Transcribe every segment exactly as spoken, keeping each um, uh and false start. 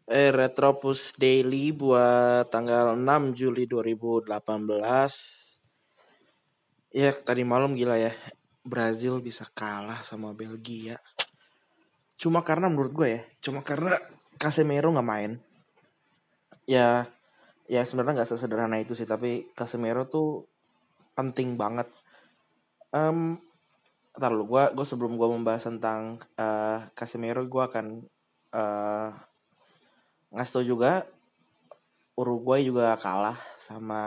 Eh, Retropus Daily buat tanggal enam Juli dua ribu delapan belas. Ya, tadi malam gila ya. Brazil bisa kalah sama Belgia. Cuma karena menurut gue ya, cuma karena Casemiro nggak main. Ya, ya sebenarnya nggak sesederhana itu sih, tapi Casemiro tuh penting banget. Um, Ntar lu, gue gue sebelum gue membahas tentang uh, Casemiro, gue akan uh, ngasih tau juga Uruguay juga kalah sama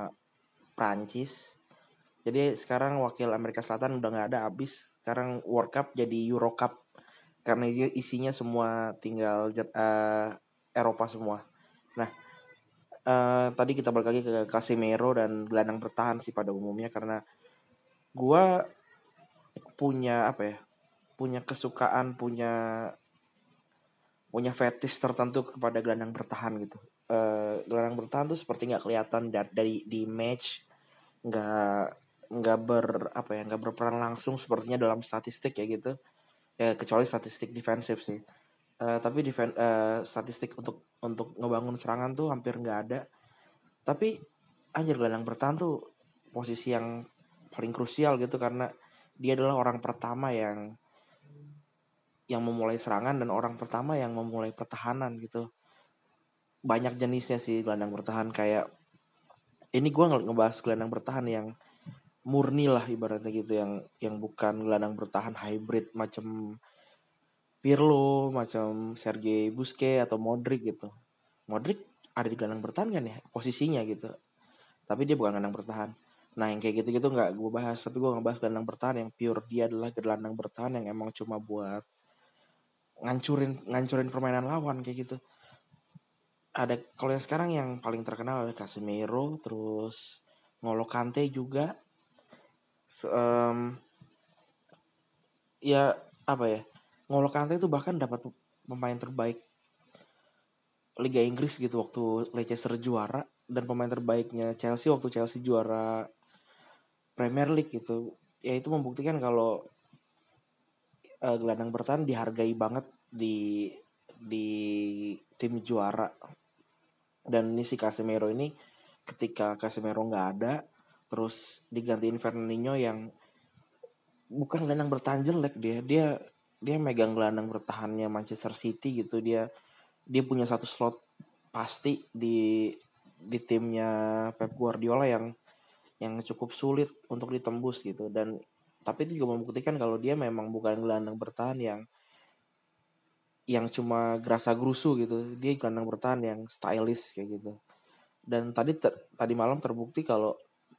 Prancis. Jadi sekarang wakil Amerika Selatan udah nggak ada, habis. Sekarang World Cup jadi Euro Cup karena isinya semua tinggal uh, Eropa semua. Nah, uh, tadi kita balik lagi ke Casemiro dan gelandang bertahan sih pada umumnya, karena gue punya apa ya, punya kesukaan, punya punya fetish tertentu kepada gelandang bertahan gitu. Uh, gelandang bertahan tuh seperti nggak kelihatan dari, dari di match, nggak nggak ber apa ya nggak berperan langsung sepertinya dalam statistik ya gitu ya, kecuali statistik defensif sih. Uh, tapi defen, uh, statistik untuk untuk ngebangun serangan tuh hampir nggak ada. Tapi anjir, gelandang bertahan tuh posisi yang paling krusial gitu, karena dia adalah orang pertama yang yang memulai serangan dan orang pertama yang memulai pertahanan gitu. Banyak jenisnya sih gelandang bertahan, kayak ini gue ngebahas gelandang bertahan yang murni lah ibaratnya gitu, yang yang bukan gelandang bertahan hybrid macam Pirlo, macam Sergei Busquets atau Modric gitu. Modric ada di gelandang bertahan kan ya posisinya gitu, tapi dia bukan gelandang bertahan. Nah yang kayak gitu-gitu nggak gue bahas, tapi gue ngebahas gelandang bertahan yang pure. Dia adalah gelandang bertahan yang emang cuma buat ngancurin ngancurin permainan lawan kayak gitu. Ada kalau yang sekarang yang paling terkenal adalah Casemiro, terus N'Golo Kante juga. Um, ya apa ya, N'Golo Kante itu bahkan dapat pemain terbaik Liga Inggris gitu waktu Leicester juara, dan pemain terbaiknya Chelsea waktu Chelsea juara Premier League gitu. Ya itu membuktikan kalau uh, gelandang bertahan dihargai banget di di tim juara. Dan ini si Casemiro ini, ketika Casemiro nggak ada, terus digantiin Fernandinho yang bukan gelandang bertahan jelek, dia dia dia megang gelandang bertahannya Manchester City gitu. Dia dia punya satu slot pasti di di timnya Pep Guardiola yang yang cukup sulit untuk ditembus gitu. Dan tapi itu juga membuktikan kalau dia memang bukan gelandang bertahan yang yang cuma gerasa gerusu gitu. Dia gelandang bertahan yang stylish kayak gitu. Dan tadi ter, tadi malam terbukti kalau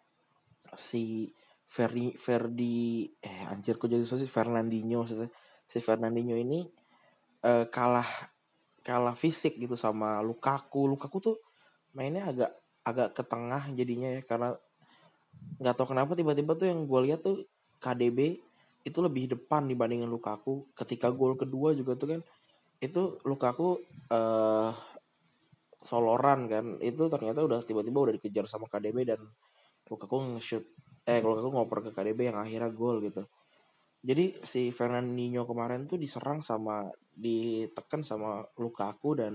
si Ferdi Ferdi eh anjir kok jadi sih Fernandinho si Fernandinho ini eh, kalah kalah fisik gitu sama Lukaku. Lukaku tuh mainnya agak agak ke tengah jadinya ya, karena nggak tahu kenapa tiba-tiba tuh yang gue lihat tuh K D B itu lebih depan dibandingin Lukaku. Ketika gol kedua juga tuh kan, itu Lukaku eh soloran kan, itu ternyata udah tiba-tiba udah dikejar sama K D B, dan Lukaku nge-shoot eh Lukaku ngoper ke K D B yang akhirnya gol gitu. Jadi si Fernandinho kemarin tuh diserang sama ditekan sama Lukaku dan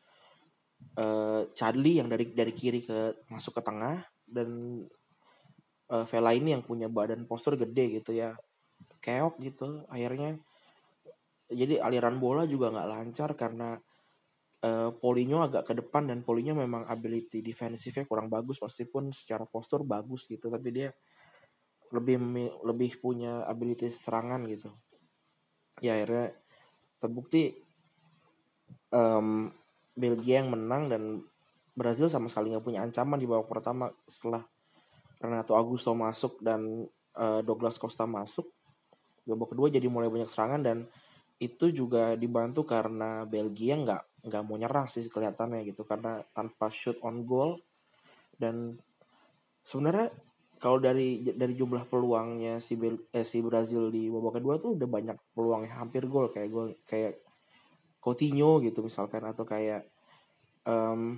uh, Chadli yang dari dari kiri ke masuk ke tengah, dan uh, Vela ini yang punya badan postur gede gitu ya, keok gitu akhirnya. Jadi aliran bola juga nggak lancar karena uh, Paulinho agak ke depan, dan Paulinho memang ability defensifnya kurang bagus meskipun secara postur bagus gitu, tapi dia lebih lebih punya ability serangan gitu. Ya akhirnya terbukti um, Belgia yang menang, dan Brazil sama sekali nggak punya ancaman di babak pertama. Setelah Renato Augusto masuk dan uh, Douglas Costa masuk, babak kedua jadi mulai banyak serangan, dan itu juga dibantu karena Belgia nggak nggak mau nyerang sih kelihatannya gitu, karena tanpa shoot on goal. Dan sebenarnya kalau dari dari jumlah peluangnya si Bel, eh, si Brazil di babak kedua tuh udah banyak peluangnya hampir gol, kayak gol kayak Coutinho gitu misalkan, atau kayak um,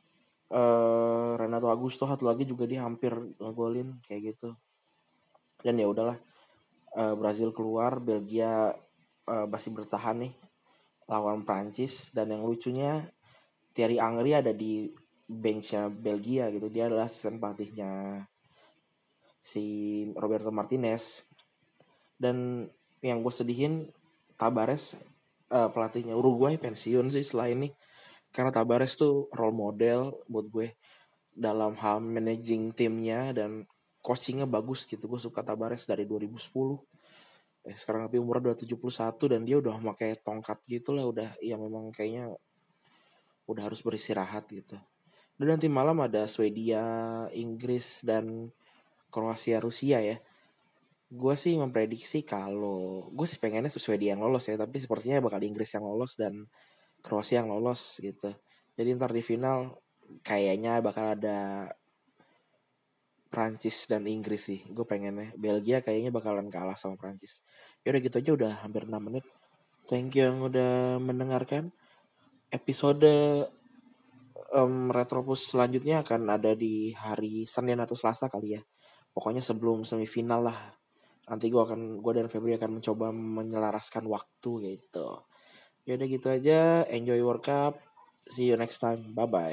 uh, Renato Augusto satu lagi juga dia hampir ngegolin kayak gitu. Dan ya udahlah, uh, Brazil keluar, Belgia uh, masih bertahan nih lawan Prancis. Dan yang lucunya Thierry Henry ada di benchnya Belgia gitu. Dia adalah asisten pelatihnya si Roberto Martinez. Dan yang gue sedihin, Tabares uh, pelatihnya Uruguay pensiun sih setelah ini. Karena Tabares tuh role model buat gue dalam hal managing timnya dan coachingnya bagus gitu. Gue suka Tabares dari dua ribu sepuluh. Eh, sekarang tapi umurnya udah tujuh puluh satu dan dia udah pakai tongkat gitu lah, udah ya memang kayaknya udah harus beristirahat gitu. Dan nanti malam ada Swedia, Inggris dan Kroasia Rusia ya. Gue sih memprediksi kalau gue sih pengennya Swedia yang lolos ya, tapi sepertinya bakal Inggris yang lolos dan Kroasia yang lolos gitu. Jadi ntar di final kayaknya bakal ada Prancis dan Inggris sih. Gue pengennya Belgia kayaknya bakalan kalah sama Prancis. Ya udah gitu aja, udah hampir enam menit. Thank you yang udah mendengarkan. Episode um, Retropus selanjutnya akan ada di hari Senin atau Selasa kali ya. Pokoknya sebelum semifinal lah. Nanti gue akan gue dan Febri akan mencoba menyelaraskan waktu gitu. Ya udah gitu aja. Enjoy World Cup. See you next time. Bye bye.